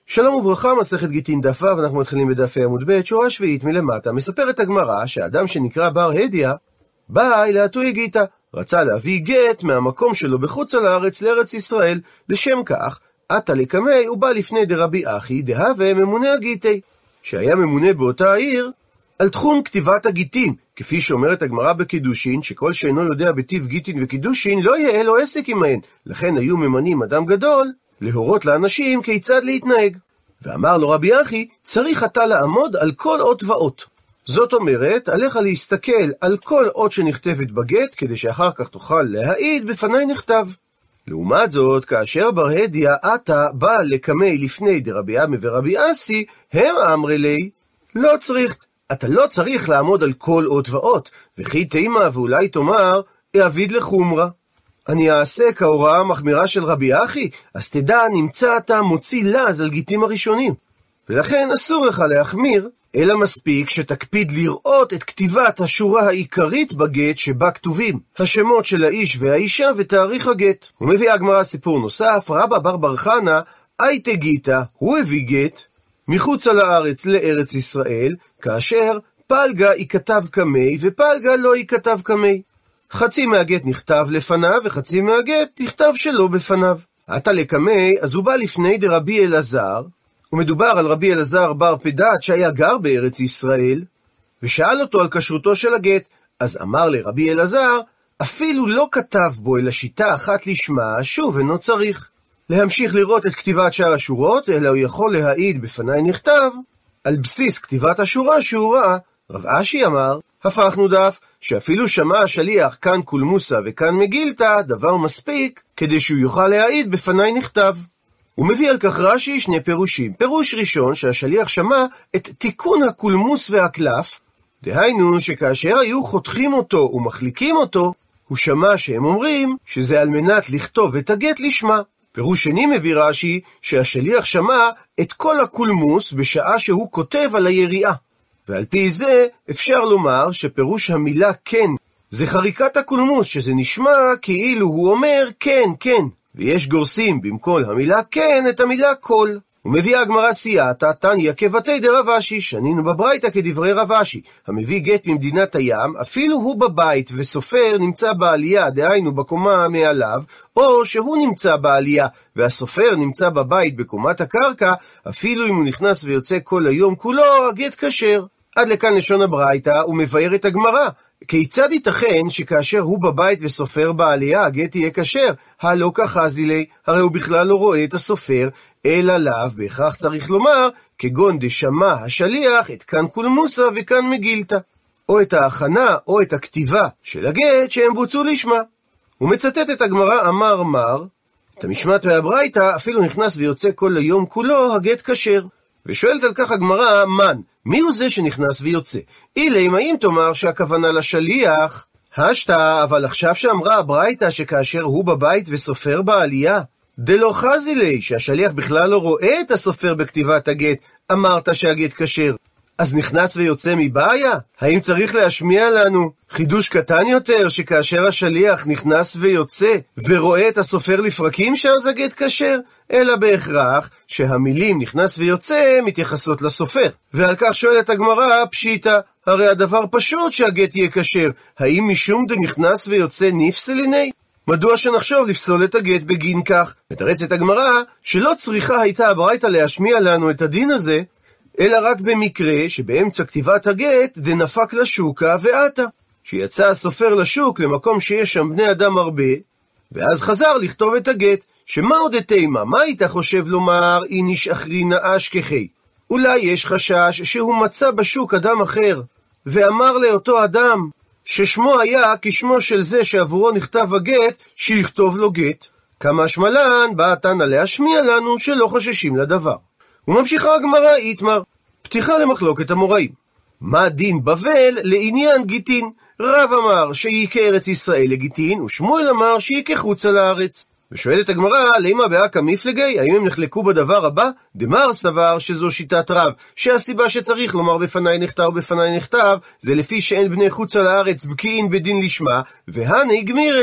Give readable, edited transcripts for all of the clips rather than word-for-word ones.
שלום וברכה, מסכת גיטין דף ו', אנחנו מתחילים בדף עמוד ב', שורה שביעית מלמטה. מספרת הגמרא שאדם שנקרא בר הדיה בא להטוי גיטה, רצה להביא גט מהמקום שלו בחוץ לארץ לארץ ישראל. לשם כך עתה לקמי הוא בא לפני דרבי אחי דהווה ממונה הגיטי, שהיה ממונה באותה העיר על תחום כתיבת הגיטין, כפי שאומרת הגמרא בקידושין, שכל שאינו יודע בטיב גיטין וקידושין לא יהיה לו עסק עמהן. לכן היו ממנים אדם גדול להורות לאנשים כיצד להתנהג. ואמר לו רבי אחי, צריך אתה לעמוד על כל אות ואות. זאת אומרת, עליך להסתכל על כל אות שנכתבת בגט, כדי שאחר כך תוכל להעיד בפני נכתב. לעומת זאת, כאשר בר הדיה עתה בא לקמי לפני דרבי עמי ורבי אסי, הם אמרי לי, לא צריך, אתה לא צריך לעמוד על כל אות ואות, וכי תימה ואולי תאמר, אעביד לחומרה. אני אעשה כהוראה המחמירה של רבי אחי, אז תדע, נמצא אתה מוציא לז על גיטים הראשונים. ולכן אסור לך להחמיר, אלא מספיק שתקפיד לראות את כתיבת השורה העיקרית בגט שבה כתובים השמות של האיש והאישה ותאריך הגט. ומביא הגמרא סיפור נוסף, רבא בר חנה הייתה גיטה, הוא הביא גט מחוץ לארץ לארץ ישראל, כאשר פלגה ייכתב כמי ופלגה לא ייכתב כמי. חצי מהגט נכתב לפניו וחצי מהגט נכתב שלא בפניו. עתה לקמי, אז הוא בא לפני דרבי אלעזר, ומדובר על רבי אלעזר בר פדת שהיה גר בארץ ישראל, ושאל אותו על כשרותו של הגט. אז אמר לרבי אלעזר, אפילו לא כתב בו אלא שיטה אחת לשמה, שוב אינו צריך להמשיך לראות את כתיבת שאר השורות, אלא הוא יכול להעיד בפני נכתב על בסיס כתיבת השורה שהוא ראה. רב אשי אמר, הפכנו דף, שאפילו שמע השליח כאן קולמוסה וכאן מגילתא, דבר מספיק כדי שהוא יוכל להעיד בפני נכתב. הוא מביא על כך רש"י שני פירושים. פירוש ראשון, שהשליח שמע את תיקון הקולמוס והקלף, דהיינו שכאשר היו חותכים אותו ומחליקים אותו, הוא שמע שהם אומרים שזה על מנת לכתוב את הגט לשמה. פירוש שני מביא רש"י שהשליח שמע את כל הקולמוס בשעה שהוא כותב על היריעה. ועל פי זה אפשר לומר שפירוש המילה כן זה חריקת הקולמוס, שזה נשמע כאילו הוא אומר כן, כן, ויש גורסים במקום המילה כן את המילה כל. ומביא הגמרא סייעתא תניא כבתי דרב אשי, שנינו בברייתא כדברי רב אשי, המביא גט ממדינת הים, אפילו הוא בבית וסופר נמצא בעלייה, דהיינו בקומה מעליו, או שהוא נמצא בעלייה והסופר נמצא בבית בקומת הקרקע, אפילו אם הוא נכנס ויוצא כל היום כולו, הגט כשר. עד לכאן לשון הברייתא, ומבאר את הגמרא. כיצד ייתכן שכאשר הוא בבית וסופר בעלייה, הגט יהיה כשר? הלא כחזי לי, הרי הוא בכלל לא רואה את הסופר, אלא לאו בהכרח צריך לומר, כגון דשמע השליח את כאן קולמוסה וכאן מגילתא, או את ההכנה או את הכתיבה של הגט שהם בוצעו לשמה. הוא מצטט את הגמרא אמר מר, את המשמעת והברייתא, אפילו נכנס ויוצא כל היום כולו, הגט כשר. ושואלת על כך הגמרא, מן, מי הוא זה שנכנס ויוצא? אילם, האם תאמר שהכוונה לשליח? השתה, אבל עכשיו שאמרה הברייתא שכאשר הוא בבית וסופר בעלייה, דלא חזי לי, שהשליח בכלל לא רואה את הסופר בכתיבת הגט, אמרת שהגט כשר. אז נכנס ויוצא מבעיה? האם צריך להשמיע לנו חידוש קטן יותר, שכאשר השליח נכנס ויוצא ורואה את הסופר לפרקים שאז הגט כשר? אלא בהכרח שהמילים נכנס ויוצא מתייחסות לסופר. ועל כך שואלת הגמרא, פשיטא, הרי הדבר פשוט שהגט יהיה כשר, האם משום דנכנס ויוצא נפסליני? מדוע שנחשוב לפסול את הגט בגין כך? מתרצת הגמרא שלא צריכה הייתה הברייתא להשמיע לנו את הדין הזה, אלא רק במקרה שבאמצע כתיבת הגט דנפק לשוקה ועתה, שיצא הסופר לשוק למקום שיש שם בני אדם הרבה, ואז חזר לכתוב את הגט. שמה עוד תימה, מה היית חושב לומר איניש אחרינה אשכחי? אולי יש חשש שהוא מצא בשוק אדם אחר, ואמר לאותו אדם ששמו היה כשמו של זה שעבורו נכתב הגט, שיכתוב לו גט. כמה שמלן באה תנא להשמיע לנו שלא חוששים לדבר. וממשיכה הגמרא איתמר, פתיחה למחלוקת המוראים. מה דין בבל לעניין גיטין? רב אמר שהיא כארץ ישראל לגיטין, ושמואל אמר שהיא כחוץ על הארץ. ושואלת הגמרא, למה באקא מפלגי? האם הם נחלקו בדבר הבא? דמר סבר שזו שיטת רב, שהסיבה שצריך לומר בפני נכתב ובפני נכתב, זה לפי שאין בני חוץ על הארץ בקיין בדין לשמה, והנה גמירי.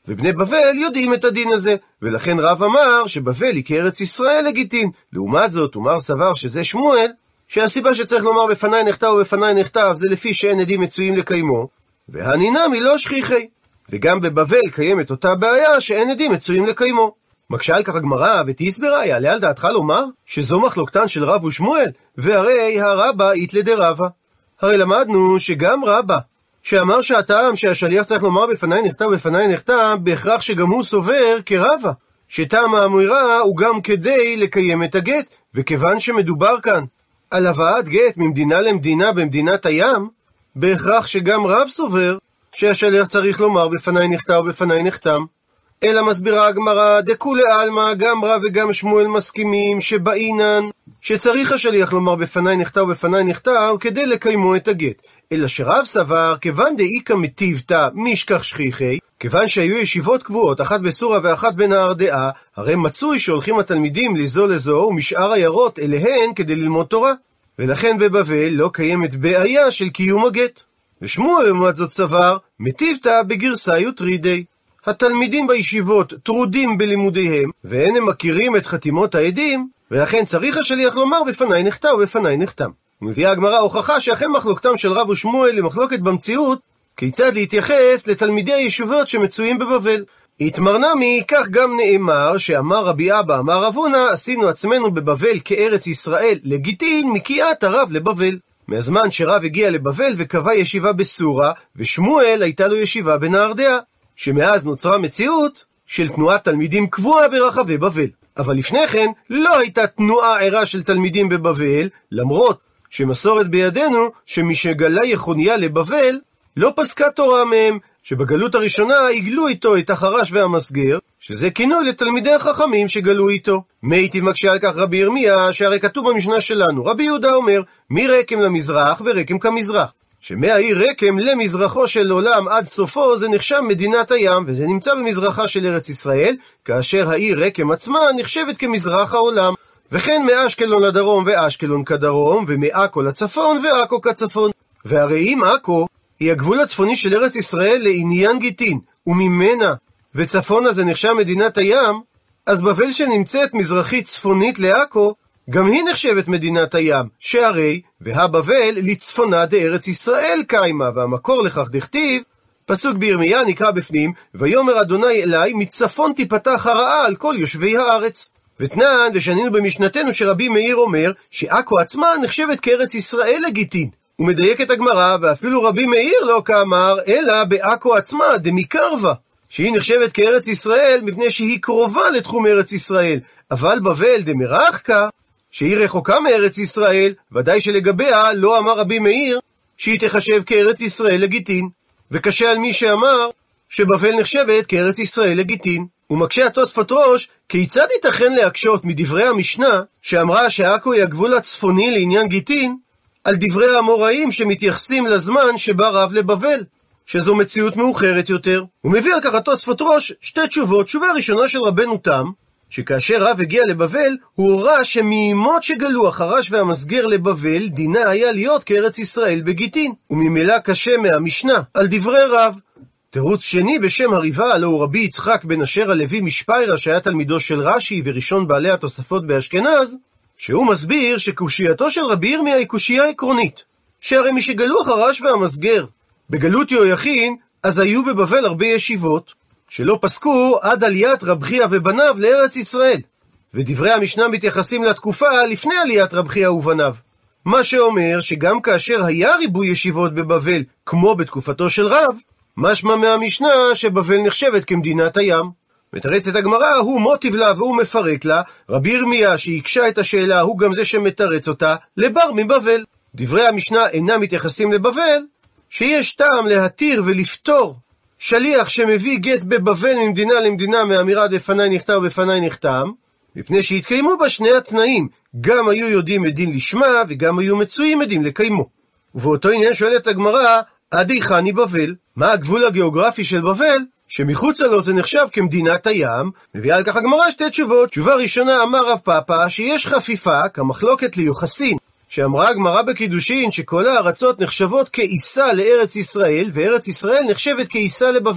ובני בבל יודעים את הדין הזה, ולכן רב אמר שבבל היא כארץ ישראל לגיטין. לעומת זאת, ומר סבר שזה שמואל, שהסיבה שצריך לומר בפני נכתב ובפני נכתב זה לפי שאין עדים מצויים לקיימו, והנינם היא לא שכיחי. וגם בבבל קיימת אותה בעיה שאין עדים מצויים לקיימו. מקשה על כך הגמרא, ותסברה, יעלה על דעתך לומר שזו מחלוקתן של רב ושמואל, והרי הרבה איתלה דרבה. הרי למדנו שגם רבה, שאמר שהטעם שהשליח צריך לומר בפני נכתב ובפני נכתב, בהכרח שגם הוא סובר כרבה, שטעם האמירה הוא גם כדי לקיים את הגט, וכיוון שמדובר כאן על הבאת גט ממדינה למדינה במדינת הים, בהכרח שגם רב סובר שהשליח צריך לומר בפני נכתב ובפני נחתם. אלא מסבירה הגמרא, דכולי עלמא, גם רב וגם שמואל מסכימים שבעינן שצריך השליח לומר בפני נכתב ובפני נכתב כדי לקיימו את הגט. אלא שרב סבר, כיוון דאיקא מטיבתא משכח שכיחי, כיוון שהיו ישיבות קבועות, אחת בסורה ואחת בנהר דעה, הרי מצוי שהולכים התלמידים לזו לזו ומשאר עיירות אליהן כדי ללמוד תורה, ולכן בבבל לא קיימת בעיה של קיום הגט. ושמואל לעומת זאת סבר, מטיבתא בגרסה יוטרידי, התלמידים בישיבות טרודים בלימודיהם, ואין הם מכירים את חתימות העדים, ולכן צריך השליח לומר בפני נכתב ובפני נחתם. ומביאה הגמרא הוכחה שאכן מחלוקתם של רב ושמואל למחלוקת במציאות, כיצד להתייחס לתלמידי הישיבות שמצויים בבבל. התמרנמי, כך גם נאמר, שאמר רבי אבא, אמר רב הונא, עשינו עצמנו בבבל כארץ ישראל לגיטין מקיעת הרב לבבל. מהזמן שרב הגיע לבבל וקבע ישיבה בסורה, ושמואל הייתה לו ישיבה בנהר דעה, שמאז נוצרה מציאות של תנועת תלמידים קבועה ברחבי בבל. אבל לפני כן לא הייתה תנועה ערה של תלמידים בבבל, למרות שמסורת בידינו שמי שגלה יחוניה לבבל לא פסקה תורה מהם, שבגלות הראשונה הגלו איתו את החרש והמסגר, שזה כינוי לתלמידי החכמים שגלו איתו. מייטיב מקשה על כך רבי ירמיה, שהרי כתוב במשנה שלנו, רבי יהודה אומר, מרקם למזרח ורקם כמזרח, שמהעיר רקם למזרחו של עולם עד סופו זה נחשב מדינת הים, וזה נמצא במזרחה של ארץ ישראל, כאשר העיר רקם עצמה נחשבת כמזרח העולם. וכן מאשקלון לדרום ואשקלון כדרום, ומעכו לצפון ועכו כצפון. והרי אם עכו היא הגבול הצפוני של ארץ ישראל לעניין גיטין, וממנה וצפונה זה נחשב מדינת הים, אז בבל שנמצאת מזרחית צפונית לעכו, גם היא נחשבת מדינת הים, שהרי והבבל לצפונה דארץ ישראל קיימה, והמקור לכך דכתיב, פסוק בירמיה נקרא בפנים, ויאמר אדוני אליי, מצפון תיפתח הרעה על כל יושבי הארץ. ותנן, ושנינו במשנתנו שרבי מאיר אומר, שעכו עצמה נחשבת כארץ ישראל לגיטין. הוא מדייק את הגמרא, ואפילו רבי מאיר לא כאמר, אלא בעכו עצמה דמקרבה, שהיא נחשבת כארץ ישראל מפני שהיא קרובה לתחום ארץ ישראל. אבל בבל דמרחקה, שהיא רחוקה מארץ ישראל, ודאי שלגביה לא אמר רבי מאיר שהיא תחשב כארץ ישראל לגיטין, וקשה על מי שאמר שבבל נחשבת כארץ ישראל לגיטין. ומקשה התוספות ראש, כיצד ייתכן להקשות מדברי המשנה שאמרה שעכו היא הגבול הצפוני לעניין גיטין, על דברי האמוראים שמתייחסים לזמן שבא רב לבבל, שזו מציאות מאוחרת יותר. הוא מביא על כך התוספות ראש שתי תשובות. תשובה ראשונה של רבנו תם, שכאשר רב הגיע לבבל, הוא הורה שמימות שגלו החרש והמסגר לבבל, דינה היה להיות כארץ ישראל בגיטין, וממילא קשה מהמשנה על דברי רב. תירוץ שני בשם הריבה, הלא הוא רבי יצחק בן אשר הלוי משפיירה, שהיה תלמידו של רש"י וראשון בעלי התוספות באשכנז, שהוא מסביר שקושייתו של רבי ירמיה היא קושייה עקרונית, שהרי מי שגלו החרש והמסגר בגלות יהויכין, אז היו בבבל הרבה ישיבות שלא פסקו עד עליית רב חייא ובניו לארץ ישראל, ודברי המשנה מתייחסים לתקופה לפני עליית רב חייא ובניו, מה שאומר שגם כאשר היה ריבוי ישיבות בבבל כמו בתקופתו של רב, משמע מהמשנה שבבל נחשבת כמדינת הים. מתרץ את הגמרא, הוא מוטיב לה והוא מפרק לה, רבי ירמיה שהקשה את השאלה הוא גם זה שמתרץ אותה, לבר מבבל. דברי המשנה אינם מתייחסים לבבל, שיש טעם להתיר ולפתור שליח שמביא גט בבבל ממדינה למדינה מאמירה בפני נכתב ובפני נחתם, מפני שהתקיימו בה שני התנאים, גם היו יודעים עדין לשמה וגם היו מצויים עדים לקיימו. ובאותו עניין שואלת הגמרא, עד היכן היא בבל? מה הגבול הגיאוגרפי של בבל? שמחוצה לו זה נחשב כמדינת הים. מביאה על כך הגמרא שתי תשובות. תשובה ראשונה, אמר רב פאפא שיש חפיפה כמחלוקת ליוחסין, שאמרה הגמרא בקידושין שכל הארצות נחשבות כאיסה לארץ ישראל, וארץ ישראל נחשבת כאיסה לבבל.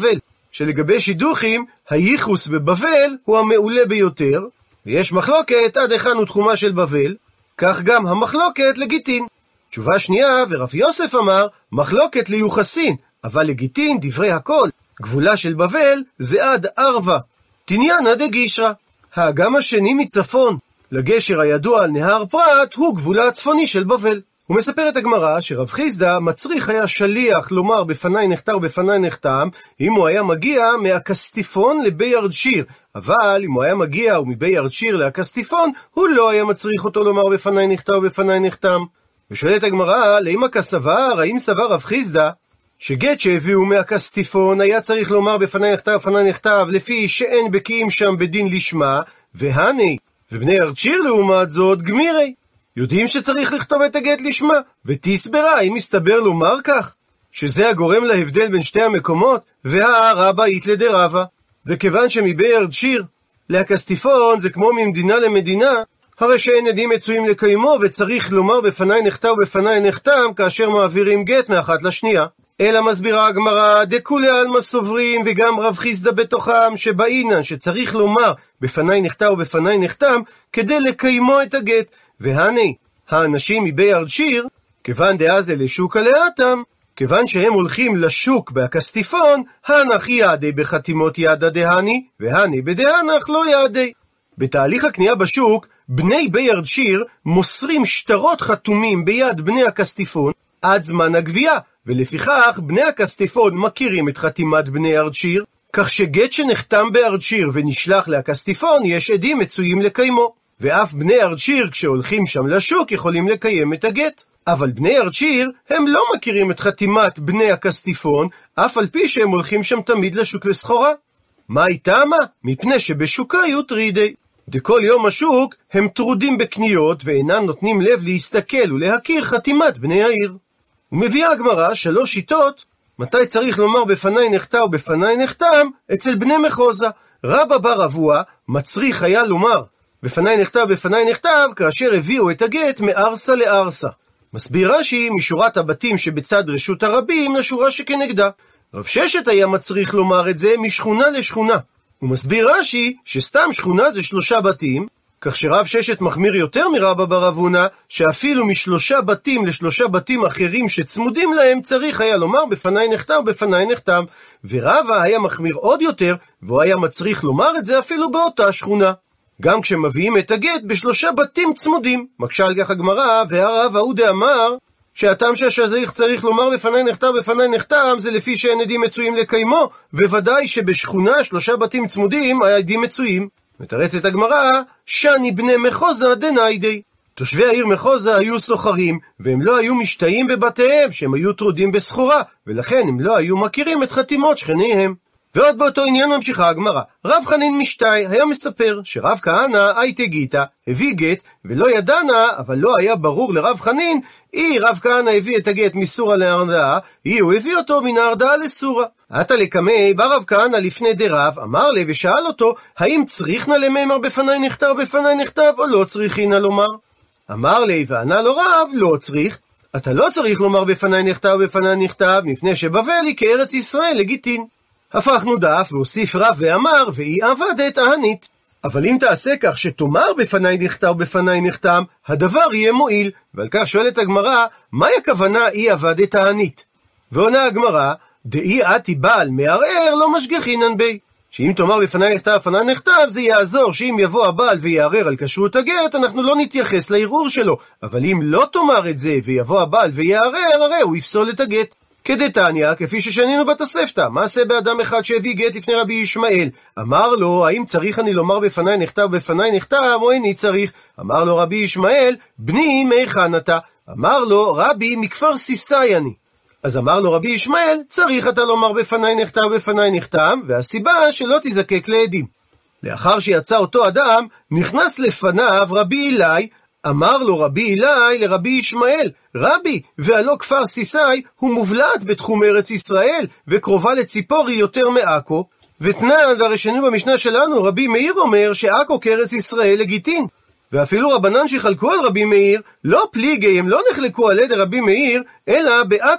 שלגבי שידוכים, הייחוס בבבל הוא המעולה ביותר, ויש מחלוקת עד היכן הוא תחומה של בבל, כך גם המחלוקת לגיטין. תשובה שנייה, ורב יוסף אמר, מחלוקת ליוחסין, אבל לגיטין דברי הכל, גבולה של בבל זה עד ערבה. תניאנה דגישרא. האגם השני מצפון לגשר הידוע על נהר פרת הוא גבולה הצפוני של בבל. הוא מספר את הגמרא שרב חיסדא מצריך היה שליח לומר בפני נחתר בפני נחתם אם הוא היה מגיע מהקסטיפון לבי ארדשיר, אבל אם הוא היה מגיע ומבי ארדשיר להקסטיפון הוא לא היה מצריך אותו לומר בפני נחתר בפני נחתם. ושואלת הגמרא, לאמא כסבר, האם סבר רב חיסדא שגט שהביאו מהקסטיפון היה צריך לומר בפני נכתב בפני נכתב לפי שאין בקיאים שם בדין לשמה, והני ובני ארדשיר לעומת זאת גמירי יודעים שצריך לכתוב את הגט לשמה, ותסברה אם מסתבר לומר כך שזה הגורם להבדל בין שתי המקומות, והרבא איתלה דרבא. וכיוון שמבי ארדשיר להקסטיפון זה כמו ממדינה למדינה, הרי שאין עדים מצויים לקיימו וצריך לומר בפני נכתב בפני נכתם כאשר מעבירים גט מאחת לשנייה. אלא מסבירה הגמרא, דכולי עלמא סוברים וגם רב חיסדא בתוכם שבעינן שצריך לומר בפני נכתב ובפני נכתם כדי לקיימו את הגט. והני, האנשים מבי ארדשיר, כיוון דאזה לשוק עלייתם, כיוון שהם הולכים לשוק בהקסטיפון, הנח יעדי בחתימות ידא דהני, והני בדהנח לא יעדי. בתהליך הקנייה בשוק, בני בי ארדשיר מוסרים שטרות חתומים ביד בני הקסטיפון עד זמן הגבייה, ולפיכך בני הקסטיפון מכירים את חתימת בני ארדשיר, כך שגט שנחתם בארדשיר ונשלח להקסטיפון יש עדים מצויים לקיימו, ואף בני ארדשיר כשהולכים שם לשוק יכולים לקיים את הגט. אבל בני ארדשיר הם לא מכירים את חתימת בני הקסטיפון, אף על פי שהם הולכים שם תמיד לשוק לסחורה. מה איתמה? מפני שבשוקה יוטרידי. דכל יום השוק הם טרודים בקניות ואינם נותנים לב להסתכל ולהכיר חתימת בני העיר. ומביאה הגמרא 3 שיטות מתי צריך לומר בפני נחתה ובפני נחתם אצל בני מחוזה. רבא בר אבוה מצריך היה לומר בפני נכתב בפני נכתב כאשר הביאו את הגט מארסה לארסה. מסביר רש"י משורת הבתים שבצד רשות הרבים לשורה שכנגדה. רב ששת היה מצריך לומר את זה משכונה לשכונה. הוא מסביר רש"י שסתם שכונה זה 3 בתים, כך שרב ששת מחמיר יותר מרבא בר אבונה שאפילו מ3 בתים ל3 בתים אחרים שצמודים להם צריך היה לומר בפני נכתב בפני נכתב, ורבא היה מחמיר עוד יותר והוא היה מצריך לומר את זה אפילו באותה שכונה. גם כשמביאים את הגט ב3 בתים צמודים. מקשה על כך הגמרא, והרב אהודה אמר שהטעם שהשליח צריך לומר בפני נכתב בפני נכתב זה לפי שאין עדים מצויים לקיימו, וודאי שבשכונה 3 בתים צמודים העדים מצויים. מתרצת הגמרא, שני בני מחוזה דניידי. תושבי העיר מחוזה היו סוחרים, והם לא היו משתאים בבתיהם שהם היו טרודים בסחורה, ולכן הם לא היו מכירים את חתימות שכניהם. ועוד באותו עניין ממשיכה הגמרא. רב חנין משתאי היה מספר שרב כהנא הייתה גיטה, הביא גט, ולא ידענה, אבל לא היה ברור לרב חנין, רב כהנא הביא את הגט מסורה להרדעה, הוא הביא אותו מן ההרדעה לסורה. עתה לקמי בא רב כהנא לפני דרב, אמר לי ושאל אותו, האם צריכנה למאמר בפני נכתב בפני נכתב, או לא צריכינה לומר? אמר לי וענה לו רב, לא צריך. אתה לא צריך לומר בפני נכתב בפני נכתב, מפני שבבל היא כארץ ישראל לגיטין. הפכנו דף והוסיף רב ואמר, והיא עבדת הענית. אבל אם תעשה כך שתאמר בפני נכתב בפני נכתם, הדבר יהיה מועיל. ועל כך שואלת הגמרא, מהי הכוונה היא עבדת הענית? ועונה הגמרא, דאי עתי בעל מערער לא משגחינן בי. שאם תאמר בפני נכתב בפני נכתב, זה יעזור שאם יבוא הבעל ויערער על כשרות הגט, אנחנו לא נתייחס לערעור שלו. אבל אם לא תאמר את זה ויבוא הבעל ויערער, הרי הוא יפסול את הגט. כדתניא, כפי ששנינו בתוספתא, מעשה באדם אחד שהביא גט לפני רבי ישמעאל, אמר לו, האם צריך אני לומר בפני נכתב בפני נכתב, או איני צריך? אמר לו רבי ישמעאל, בני מהיכן אתה? אמר לו, רבי מכפר סיסאי אני. אז אמר לו רבי ישמעאל, צריך אתה לומר בפני נכתב בפני נכתב, והסיבה שלא תזקק לעדים. לאחר שיצא אותו אדם, נכנס לפניו רבי אלי, אמר לו רבי אלי לרבי ישמעאל, רבי, והלא כפר סיסאי הוא מובלעת בתחום ארץ ישראל, וקרובה לציפורי יותר מעכו, ותנן והראשונים במשנה שלנו, רבי מאיר אומר שעכו כארץ ישראל לגיטין. ואפילו רבנן שחלקו על רבי מאיר, לא פליגי, הם לא נחלקו על ידי רבי מאיר, אלא בעכו.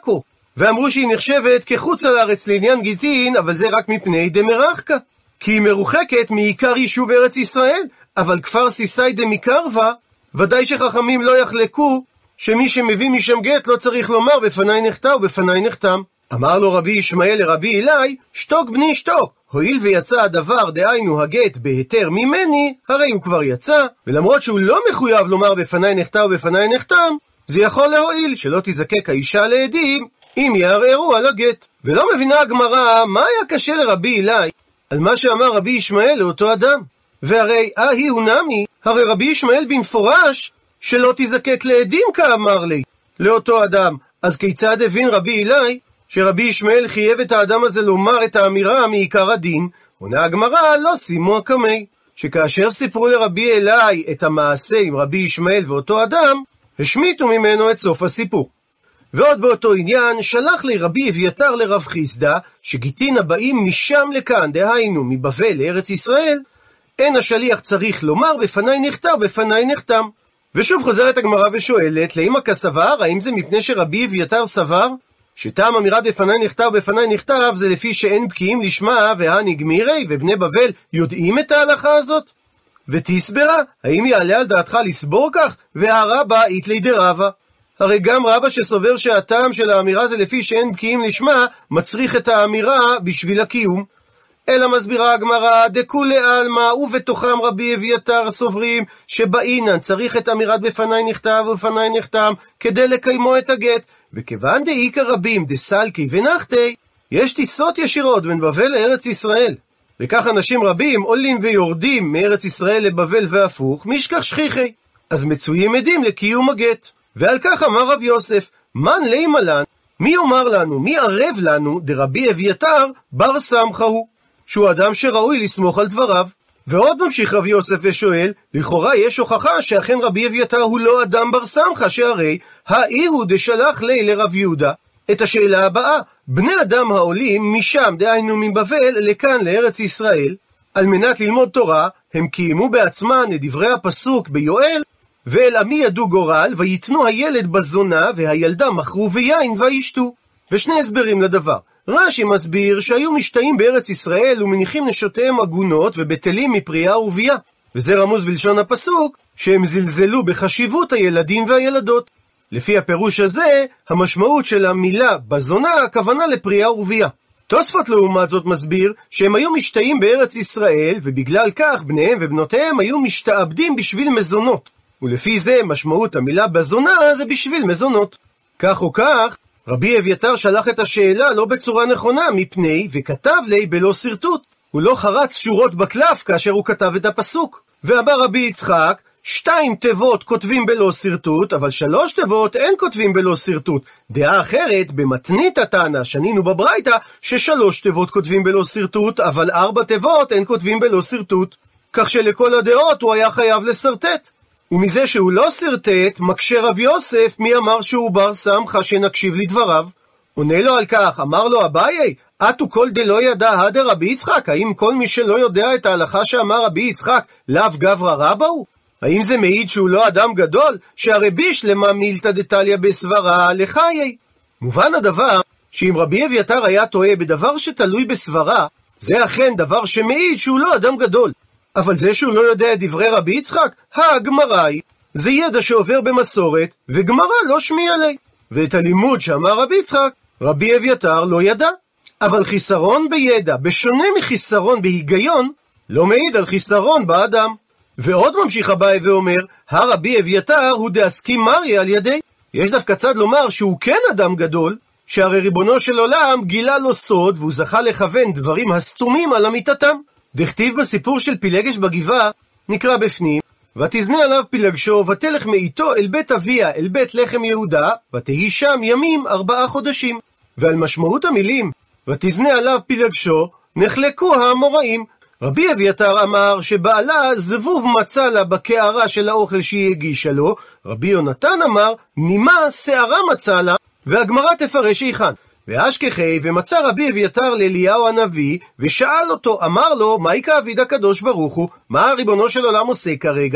ואמרו שהיא נחשבת כחוץ על הארץ לעניין גיטין, אבל זה רק מפני דמרחקה, כי היא מרוחקת מעיקר יישוב ארץ ישראל, אבל כפר סיסאי דמקרבה, ודאי שחכמים לא יחלקו שמי שמביא משם גט לא צריך לומר בפני נחתה ובפני נחתם. אמר לו רבי ישמעאל לרבי אלי, שתוק בני שתוק, הואיל ויצא הדבר, דהיינו הגט, בהיתר ממני, הרי הוא כבר יצא, ולמרות שהוא לא מחויב לומר בפני נחתה ובפני נחתם, זה יכול להועיל שלא תזקק האישה לעדים אם יערערו על הגט. ולא מבינה הגמרא מה היה קשה לרבי אלי על מה שאמר רבי ישמעאל לאותו אדם. והרי אהי הוא נמי, הרי רבי ישמעאל במפורש שלא תזקק לעדים כאמר לי לאותו אדם, אז כיצד הבין רבי אלי שרבי ישמעאל חייב את האדם הזה לומר את האמירה מעיקר הדין? עונה הגמרא, לא שימו הקמי, שכאשר סיפרו לרבי אלי את המעשה עם רבי ישמעאל ואותו אדם, השמיטו ממנו את סוף הסיפור. ועוד באותו עניין שלח לי רבי אביתר לרב חיסדא, שגיטין הבאים משם לכאן, דהיינו מבבל לארץ ישראל, אין השליח צריך לומר בפני נחתה ובפני נחתם. ושוב חוזרת הגמרא ושואלת, לאמא כסבר, האם זה מפני שרבי אביתר סבר שטעם אמירת בפני נכתב ובפני נכתב זה לפי שאין בקיאים לשמה והנגמירי, ובני בבל יודעים את ההלכה הזאת? ותסברה, האם יעלה על דעתך לסבור כך? והרבא איתלי דרבא, הרי גם רבא שסובר שהטעם של האמירה זה לפי שאין בקיאים לשמה מצריך את האמירה בשביל הקיום. אלא מסבירה הגמרא, דכולי עלמא ובתוכם רבי אביתר סוברים שבאינן צריך את אמירת בפני נכתב ובפני נחתם כדי לקיימו את הגט, וכיוון דאיקר רבים דסלקי ונחתי, יש טיסות ישירות בין בבל לארץ ישראל, וכך אנשים רבים עולים ויורדים מארץ ישראל לבבל והפוך, משכח שכיחי, אז מצויים עדים לקיום הגט. ועל כך אמר רב יוסף, מן לימה לן, מי אומר לנו, מי ערב לנו דרבי אביתר בר סמכה הוא, שהוא אדם שראוי לסמוך על דבריו. ועוד ממשיך רב יוסף ושואל, לכאורה יש הוכחה שאכן רבי אביתר הוא לא אדם בר סמכה, שהרי האיהו דשלח לי לרב יהודה את השאלה הבאה, בני אדם העולים משם, דהיינו מבבל לכאן לארץ ישראל, על מנת ללמוד תורה, הם קיימו בעצמן את דברי הפסוק ביואל, ואל עמי ידעו גורל, ויתנו הילד בזונה, והילדה מכרו ויין וישתו. ושני הסברים לדבר. רש"י מסביר שהיו משתאים בארץ ישראל ומניחים נשותיהם עגונות ובטלים מפרייה ורבייה, וזה רמוז בלשון הפסוק שהם זלזלו בחשיבות הילדים והילדות. לפי הפירוש הזה, המשמעות של המילה בזונה הכוונה לפרייה ורבייה. תוספות לעומת זאת מסביר שהם היו משתאים בארץ ישראל, ובגלל כך בניהם ובנותיהם היו משתעבדים בשביל מזונות, ולפי זה משמעות המילה בזונה זה בשביל מזונות. כך או כך, רבי אביתר שלח את השאלה לא בצורה נכונה, מפני וכתב לי בלא סרטוט, הוא לא חרץ שורות בקלף כאשר הוא כתב את הפסוק. ואמר רבי יצחק, 2 תיבות כותבים בלא סרטוט, אבל 3 תיבות אין כותבים בלא סרטוט. דעה אחרת, במתנית הטענה, שנינו בברייתא, ש3 תיבות כותבים בלא סרטוט, אבל 4 תיבות אין כותבים בלא סרטוט. כך שלכל הדעות הוא היה חייב לסרטט. ומזה שהוא לא סרטט, מקשה רב יוסף מי אמר שהוא בר סמכה שנקשיב לדבריו. עונה לו על כך, אמר לו אביי, אתו כל דלא ידע הדר רבי יצחק, האם כל מי שלא יודע את ההלכה שאמר רבי יצחק, לאו גברא רבא הוא? האם זה מעיד שהוא לא אדם גדול, שהרי בישלמה מילתא דתליא בסברה לחיי? מובן הדבר, שאם רבי אביתר היה טועה בדבר שתלוי בסברה, זה אכן דבר שמעיד שהוא לא אדם גדול. אבל זה שהוא לא יודע את דברי רבי יצחק, הגמרא היא, זה ידע שעובר במסורת, וגמרא לא שמיע לי. ואת הלימוד שאמר רבי יצחק, רבי אביתר לא ידע. אבל חיסרון בידע, בשונה מחיסרון בהיגיון, לא מעיד על חיסרון באדם. ועוד ממשיך אביי ואומר, הרבי אביתר הוא דאסקי מרי על ידי. יש דווקא צד לומר שהוא כן אדם גדול, שהרי ריבונו של עולם גילה לו סוד, והוא זכה לכוון דברים הסתומים על אמיתתם. דכתיב בסיפור של פילגש בגבעה, נקרא בפנים, ותזנה עליו פילגשו, ותלך מאיתו אל בית אביה, אל בית לחם יהודה, ותהי שם ימים 4 חודשים. ועל משמעות המילים, ותזנה עליו פילגשו, נחלקו האמוראים. רבי אביתר אמר שבעלה זבוב מצא לה בקערה של האוכל שהיא הגישה לו, רבי יונתן אמר, נימה שערה מצא לה, והגמרא תפרש היכן. ואשכחי, ומצא רבי אביתר לאליהו הנביא, ושאל אותו, אמר לו, מהי כאביד הקדוש ברוך הוא? מה ריבונו של עולם עושה כרגע?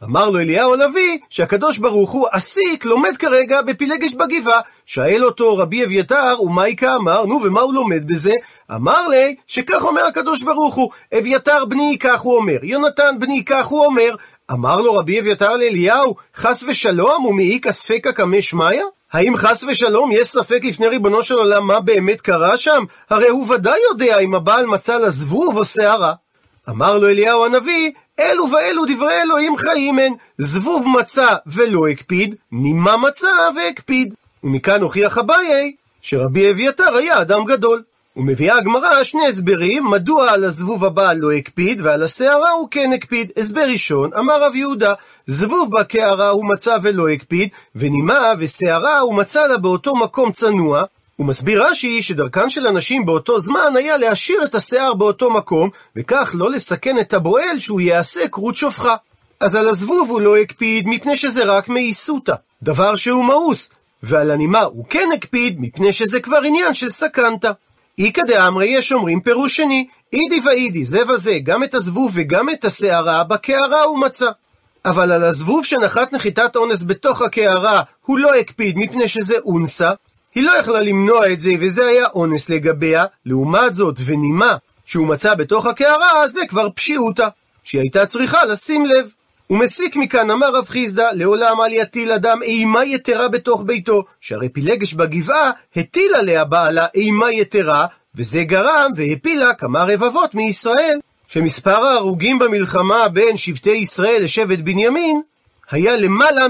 אמר לו אליהו הנביא שהקדוש ברוך הוא עסיק לומד כרגע בפילגש בגבעה. שאל אותו רבי אביתר, ומה איכה אמר? נו, ומה הוא לומד בזה? אמר לי שכך אומר הקדוש ברוך הוא, אביתר בני כך הוא אומר, יונתן בני כך הוא אומר. אמר לו רבי אביתר לאליהו, חס ושלום, ומאיכא ספקא קמא שמיא? האם חס ושלום יש ספק לפני ריבונו של עולם מה באמת קרה שם? הרי הוא ודאי יודע אם הבעל מצא לה זבוב או שערה. אמר לו אליהו הנביא, אלו ואלו דברי אלוהים חיים הן, זבוב מצא ולא הקפיד, נימה מצא והקפיד. ומכאן הוכיח אביי שרבי אביתר היה אדם גדול. ומביאה הגמרא שני הסברים מדוע על הזבוב הבעל לא הקפיד ועל השערה הוא כן הקפיד. הסבר ראשון, אמר רב יהודה, זבוב בקערה הוא מצא ולא הקפיד, ונימה ושערה הוא מצא לה באותו מקום צנוע. הוא מסביר רש"י שדרכן של אנשים באותו זמן היה להשאיר את השיער באותו מקום, וכך לא לסכן את הבועל שהוא יעשה כרות שופחה. אז על הזבוב הוא לא הקפיד מפני שזה רק מאיסותא, דבר שהוא מאוס, ועל הנימה הוא כן הקפיד מפני שזה כבר עניין של סכנתא. איכא דאמרי יש אומרים פירוש שני, אידי ואידי זה וזה, גם את הזבוב וגם את השערה בקערה הוא מצא. אבל על הזבוב שנחת נחיתת אונס בתוך הקערה הוא לא הקפיד מפני שזה אונסה, היא לא יכלה למנוע את זה וזה היה אונס לגביה. לעומת זאת ונימה שהוא מצא בתוך הקערה זה כבר פשיעותא, שהיא הייתה צריכה לשים לב. ומסיק מכאן אמר רב חיסדא, לעולם אל יטיל אדם אימה יתרה בתוך ביתו, שהרי פילגש בגבעה הטיל עליה בעלה אימה יתרה, וזה גרם והפילה כמה רבבות מישראל, שמספר ההרוגים במלחמה בין שבטי ישראל לשבט בנימין היה למעלה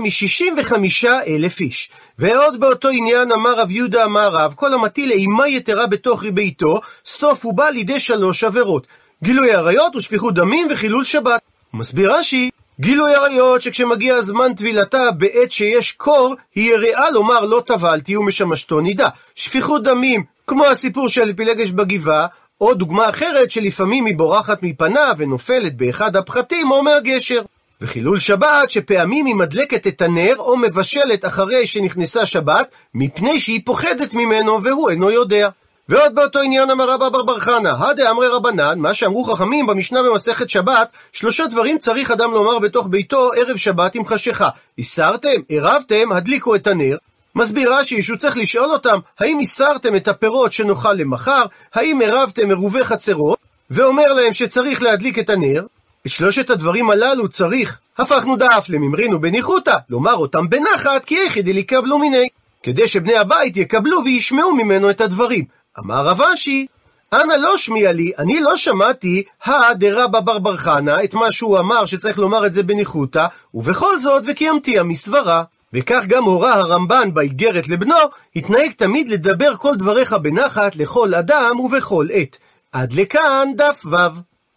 מ65,000 איש. ועוד באותו עניין אמר רב יהודה אמר רב, כל המטיל אימה יתרה בתוך ביתו, סוף הוא בא לידי 3 עבירות, גילוי עריות ושפיכות דמים וחילול שבת. הוא מסביר רש"י, גילוי עריות שכשמגיע הזמן טבילתה בעת שיש קור, היא יראה לומר לא טבלתי ומשמשתו נידה. שפיכות דמים, כמו הסיפור של פילגש בגבעה, או דוגמה אחרת שלפעמים היא בורחת מפנה ונופלת באחד הפחתים או מהגשר. וחילול שבת שפעמים היא מדלקת את הנר או מבשלת אחרי שנכנסה שבת, מפני שהיא פוחדת ממנו והוא אינו יודע. ועוד באותו עניין אמר רבא בר חנא, הדאמרי רבנן, מה שאמרו חכמים במשנה במסכת שבת, 3 דברים צריך אדם לומר בתוך ביתו ערב שבת עם חשיכה. איסרתם, ערבתם, הדליקו את הנר. מסביר רש"י שהוא צריך לשאול אותם, האם איסרתם את הפירות שנאכל למחר, האם ערבתם עירובי חצרות, ואומר להם שצריך להדליק את הנר. את 3 הדברים הללו צריך, הפכנו דף לממרינו בניחותא, לומר אותם בנחת, כי יחידי לקבלו מיני, כדי שבני הבית יקבלו וישמעו ממנו את הדברים. אמר רב אשי, אנא לא שמיע לי, אני לא שמעתי דרבא בר חנא את מה שהוא אמר שצריך לומר את זה בניחותא, ובכל זאת וקיימתי המסברה. וכך גם הורה הרמב"ן באיגרת לבנו, התנהג תמיד לדבר כל דבריך בנחת לכל אדם ובכל עת. עד לכאן דף ו'.